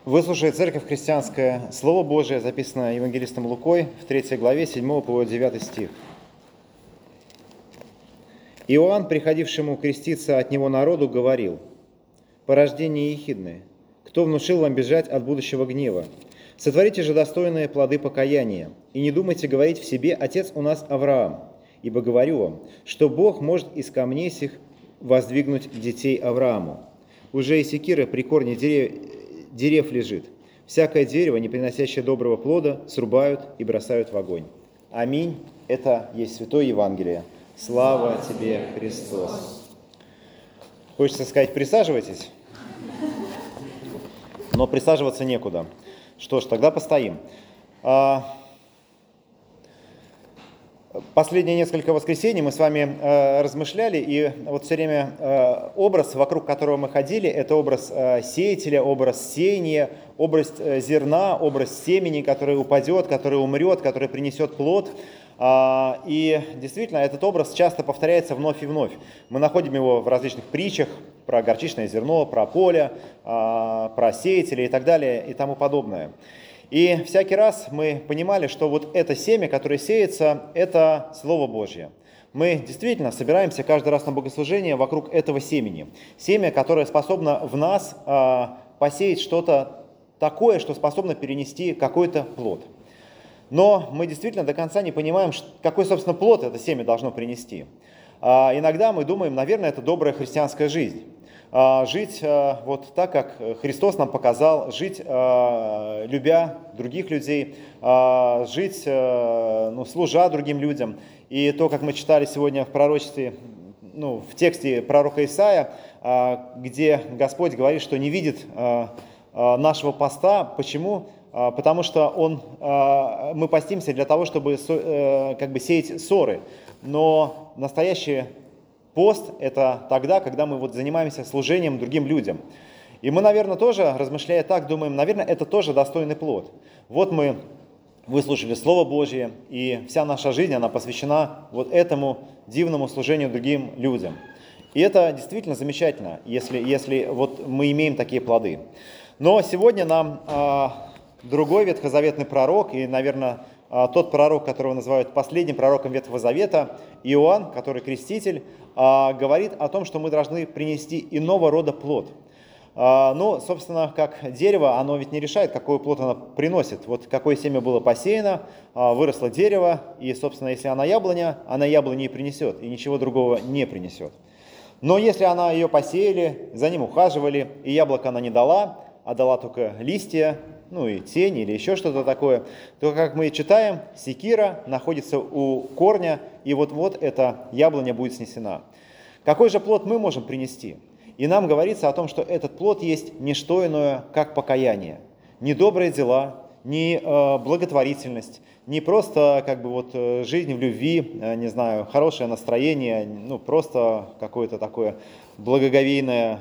Выслушай, Церковь Христианская, Слово Божие, записано евангелистом Лукой в 3 главе 7 по 9 стих. Иоанн, приходившему креститься от него народу, говорил: «Порождение ехидное, кто внушил вам бежать от будущего гнева? Сотворите же достойные плоды покаяния, и не думайте говорить в себе: отец у нас Авраам. Ибо говорю вам, что Бог может из камней сих воздвигнуть детей Аврааму. Уже и секира при корне дерев лежит. Всякое дерево, не приносящее доброго плода, срубают и бросают в огонь». Аминь. Это есть Святое Евангелие. Слава тебе, Христос. Хочется сказать: присаживайтесь, но присаживаться некуда. Что ж, тогда постоим. Последние несколько воскресений мы с вами размышляли, и вот все время образ, вокруг которого мы ходили, это образ сеятеля, образ сеяния, образ зерна, образ семени, который упадет, который умрет, который принесет плод. И действительно, этот образ часто повторяется вновь и вновь. Мы находим его в различных притчах про горчичное зерно, про поле, про сеятеля и так далее и тому подобное. И всякий раз мы понимали, что вот это семя, которое сеется, это Слово Божье. Мы действительно собираемся каждый раз на богослужение вокруг этого семени. Семя, которое способно в нас посеять что-то такое, что способно перенести какой-то плод. Но мы действительно до конца не понимаем, какой, собственно, плод это семя должно принести. Иногда мы думаем, наверное, это добрая христианская жизнь. Жить вот так, как Христос нам показал, жить, любя других людей, жить, служа другим людям. И то, как мы читали сегодня в пророчестве, в тексте пророка Исаия, где Господь говорит, что не видит нашего поста. Почему? Потому что мы постимся для того, чтобы сеять ссоры. Но настоящий пост – это тогда, когда мы занимаемся служением другим людям. И мы, наверное, тоже, размышляя так, думаем, наверное, это тоже достойный плод. Вот мы выслушали Слово Божье, и вся наша жизнь, она посвящена вот этому дивному служению другим людям. И это действительно замечательно, если вот мы имеем такие плоды. Но сегодня нам другой ветхозаветный пророк, и, наверное, тот пророк, которого называют последним пророком Ветхого Завета, Иоанн, который креститель, говорит о том, что мы должны принести иного рода плод. Собственно, как дерево, оно ведь не решает, какой плод оно приносит. Вот какое семя было посеяно, выросло дерево, и, собственно, если она яблоня и принесет, и ничего другого не принесет. Но если ее посеяли, за ним ухаживали, и яблоко она не дала, а дала только листья, и тень или еще что-то такое, то, как мы читаем, секира находится у корня, и вот эта яблоня будет снесена. Какой же плод мы можем принести? И нам говорится о том, что этот плод есть не что иное, как покаяние. Не добрые дела, не благотворительность, не просто жизнь в любви, не знаю, хорошее настроение, просто какое-то такое благоговейное,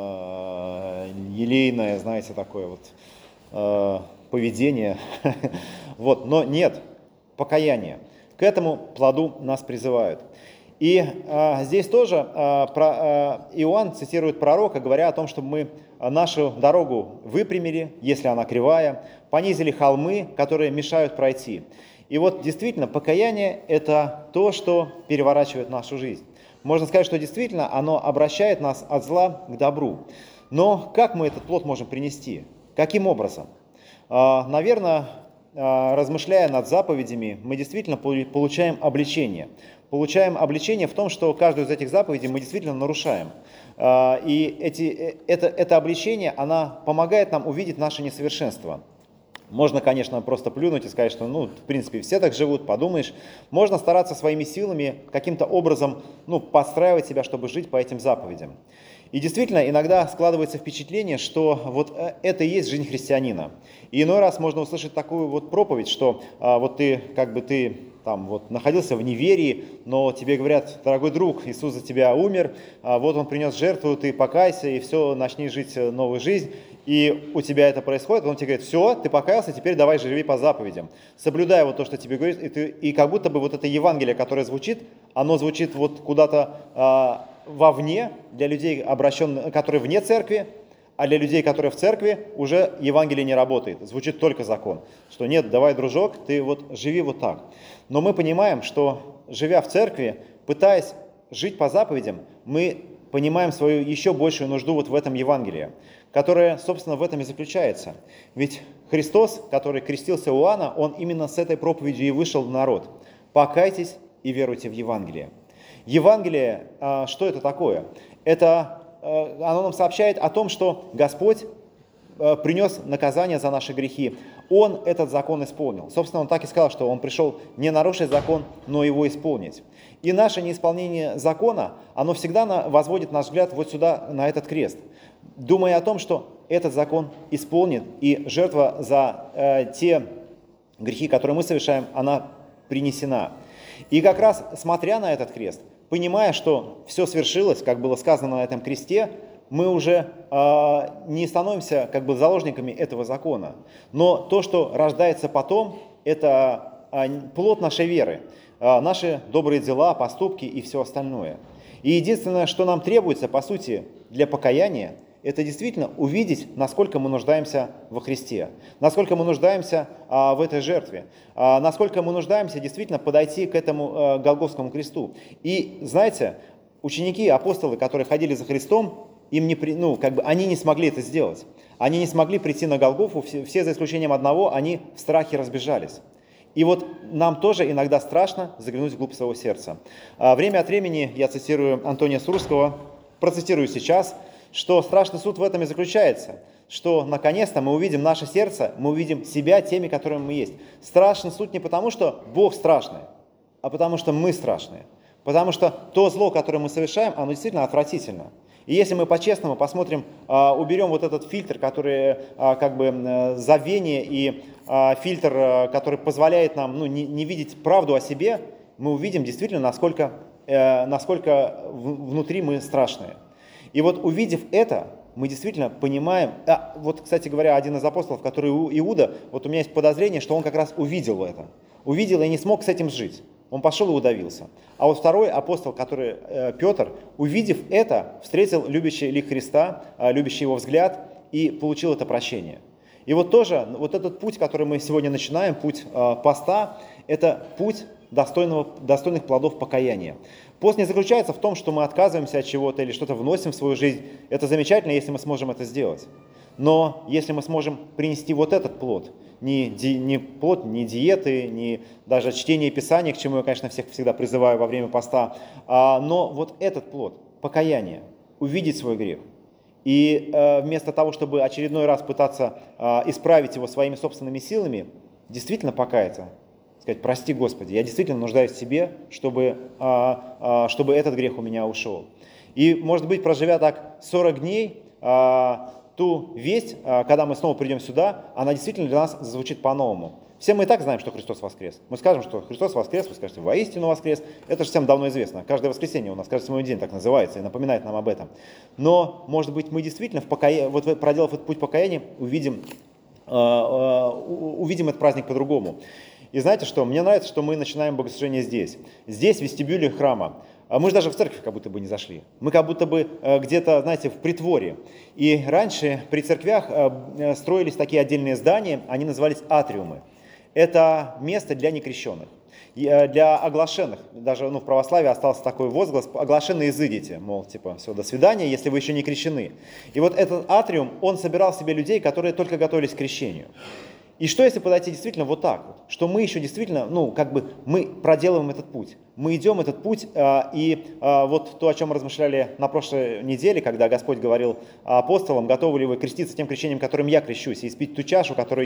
елейное, знаете, такое поведение. Но нет, покаяние. К этому плоду нас призывают. И здесь тоже Иоанн цитирует пророка, говоря о том, чтобы мы нашу дорогу выпрямили, если она кривая, понизили холмы, которые мешают пройти. И вот действительно покаяние – это то, что переворачивает нашу жизнь. Можно сказать, что действительно оно обращает нас от зла к добру. Но как мы этот плод можем принести? Каким образом? Наверное, размышляя над заповедями, мы действительно получаем обличение. Получаем обличение в том, что каждую из этих заповедей мы действительно нарушаем. И это обличение, оно помогает нам увидеть наше несовершенство. Можно, конечно, просто плюнуть и сказать, что, в принципе, все так живут, подумаешь. Можно стараться своими силами каким-то образом, подстраивать себя, чтобы жить по этим заповедям. И действительно, иногда складывается впечатление, что вот это и есть жизнь христианина. И иной раз можно услышать такую проповедь, что ты находился в неверии, но тебе говорят: дорогой друг, Иисус за тебя умер, Он принес жертву, ты покайся, и все, начни жить новую жизнь. И у тебя это происходит, Он тебе говорит: все, ты покаялся, теперь давай живи по заповедям. Соблюдай то, что тебе говорит, и как будто бы это Евангелие, которое звучит, оно звучит куда-то вовне, для людей, которые вне церкви, А для людей, которые в церкви, уже Евангелие не работает, звучит только закон. Что нет, давай, дружок, ты вот живи вот так. Но мы понимаем, что живя в церкви, пытаясь жить по заповедям, мы понимаем свою еще большую нужду вот в этом Евангелии, которое, собственно, в этом и заключается. Ведь Христос, который крестился у Иоанна, он именно с этой проповедью и вышел в народ. Покайтесь и веруйте в Евангелие. Евангелие, что это такое? Оно нам сообщает о том, что Господь принес наказание за наши грехи. Он этот закон исполнил. Собственно, он так и сказал, что он пришел не нарушить закон, но его исполнить. И наше неисполнение закона, оно всегда возводит наш взгляд вот сюда, на этот крест, думая о том, что этот закон исполнен, и жертва за те грехи, которые мы совершаем, она принесена. И как раз смотря на этот крест, понимая, что все свершилось, как было сказано на этом кресте, мы уже не становимся как бы заложниками этого закона. Но то, что рождается потом, это плод нашей веры, наши добрые дела, поступки и все остальное. И единственное, что нам требуется, по сути, для покаяния, это действительно увидеть, насколько мы нуждаемся во Христе, насколько мы нуждаемся в этой жертве, насколько мы нуждаемся действительно подойти к этому Голгофскому кресту. И знаете, ученики, апостолы, которые ходили за Христом, они не смогли это сделать. Они не смогли прийти на Голгофу, все за исключением одного, они в страхе разбежались. И вот нам тоже иногда страшно заглянуть вглубь своего сердца. Время от времени, я цитирую Антония Сурского, процитирую сейчас, что страшный суд в этом и заключается, что наконец-то мы увидим наше сердце, мы увидим себя теми, которыми мы есть. Страшный суд не потому, что Бог страшный, а потому что мы страшные. Потому что то зло, которое мы совершаем, оно действительно отвратительно. И если мы по-честному посмотрим, уберем вот этот фильтр, который забвение и фильтр, который позволяет нам не видеть правду о себе, мы увидим действительно, насколько внутри мы страшные. И вот увидев это, мы действительно понимаем, вот, кстати говоря, один из апостолов, который Иуда, вот у меня есть подозрение, что он как раз увидел это. Увидел и не смог с этим жить. Он пошел и удавился. А вот второй апостол, который Петр, увидев это, встретил любящий лик Христа, любящий его взгляд и получил это прощение. И вот тоже вот этот путь, который мы сегодня начинаем, путь поста, это путь достойных плодов покаяния. Пост не заключается в том, что мы отказываемся от чего-то или что-то вносим в свою жизнь. Это замечательно, если мы сможем это сделать. Но если мы сможем принести вот этот плод, не плод, не диеты, не даже чтение Писания, к чему я, конечно, всех всегда призываю во время поста, но вот этот плод, покаяние, увидеть свой грех. И вместо того, чтобы очередной раз пытаться исправить его своими собственными силами, действительно покаяться, сказать: прости, Господи, я действительно нуждаюсь в Тебе, чтобы этот грех у меня ушел. И, может быть, проживя так 40 дней, ту весть, когда мы снова придем сюда, она действительно для нас зазвучит по-новому. Все мы и так знаем, что Христос воскрес. Мы скажем, что Христос воскрес, вы скажете: воистину воскрес. Это же всем давно известно. Каждое воскресенье у нас, каждый седьмой день так называется и напоминает нам об этом. Но, может быть, мы действительно, проделав этот путь покаяния, увидим этот праздник по-другому. И знаете что? Мне нравится, что мы начинаем богослужение здесь. Здесь, в вестибюле храма. Мы же даже в церковь как будто бы не зашли. Мы как будто бы где-то, знаете, в притворе. И раньше при церквях строились такие отдельные здания, они назывались атриумы. Это место для некрещенных, для оглашенных. Даже в православии остался такой возглас: оглашенные изыдите, мол, все, до свидания, если вы еще не крещены. И вот этот атриум, он собирал в себе людей, которые только готовились к крещению. И что если подойти действительно вот так вот, что мы еще действительно, мы проделываем этот путь, мы идем этот путь, вот то, о чем мы размышляли на прошлой неделе, когда Господь говорил апостолам: готовы ли вы креститься тем крещением, которым я крещусь, и испить ту чашу, которую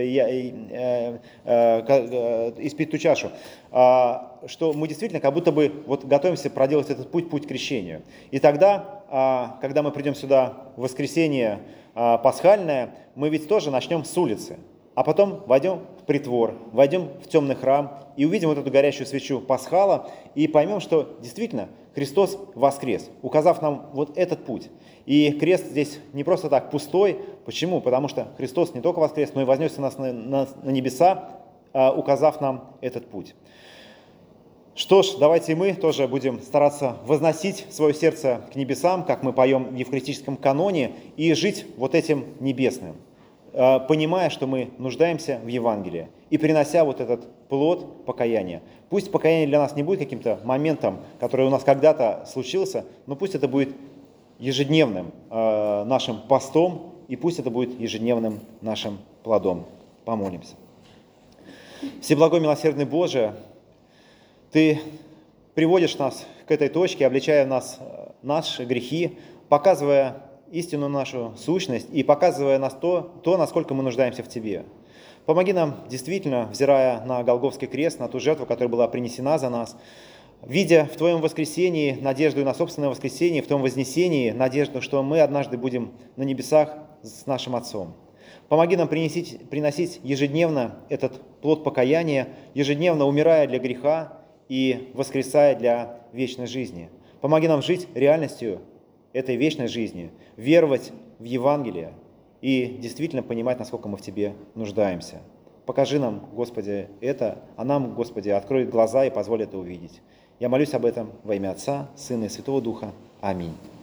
испить ту чашу, что мы действительно как будто бы вот готовимся проделать этот путь к крещению. И тогда, когда мы придем сюда в воскресенье пасхальное, мы ведь тоже начнем с улицы. А потом войдем в притвор, войдем в темный храм и увидим вот эту горящую свечу пасхала и поймем, что действительно Христос воскрес, указав нам вот этот путь. И крест здесь не просто так пустой. Почему? Потому что Христос не только воскрес, но и вознесся нас на небеса, указав нам этот путь. Что ж, давайте и мы тоже будем стараться возносить свое сердце к небесам, как мы поем в евхаристическом каноне, и жить вот этим небесным, понимая, что мы нуждаемся в Евангелии, и принося вот этот плод покаяния. Пусть покаяние для нас не будет каким-то моментом, который у нас когда-то случился, но пусть это будет ежедневным нашим постом, и пусть это будет ежедневным нашим плодом. Помолимся. Всеблагой милосердный Боже, Ты приводишь нас к этой точке, обличая в нас наши грехи, показывая истинную нашу сущность и показывая нас то, насколько мы нуждаемся в Тебе. Помоги нам действительно, взирая на Голгофский крест, на ту жертву, которая была принесена за нас, видя в Твоем воскресении надежду на собственное воскресение, в Твоем вознесении надежду, что мы однажды будем на небесах с нашим Отцом. Помоги нам приносить ежедневно этот плод покаяния, ежедневно умирая для греха и воскресая для вечной жизни. Помоги нам жить реальностью этой вечной жизни, веровать в Евангелие и действительно понимать, насколько мы в Тебе нуждаемся. Покажи нам, Господи, это, а нам, Господи, открой глаза и позволь это увидеть. Я молюсь об этом во имя Отца, Сына и Святого Духа. Аминь.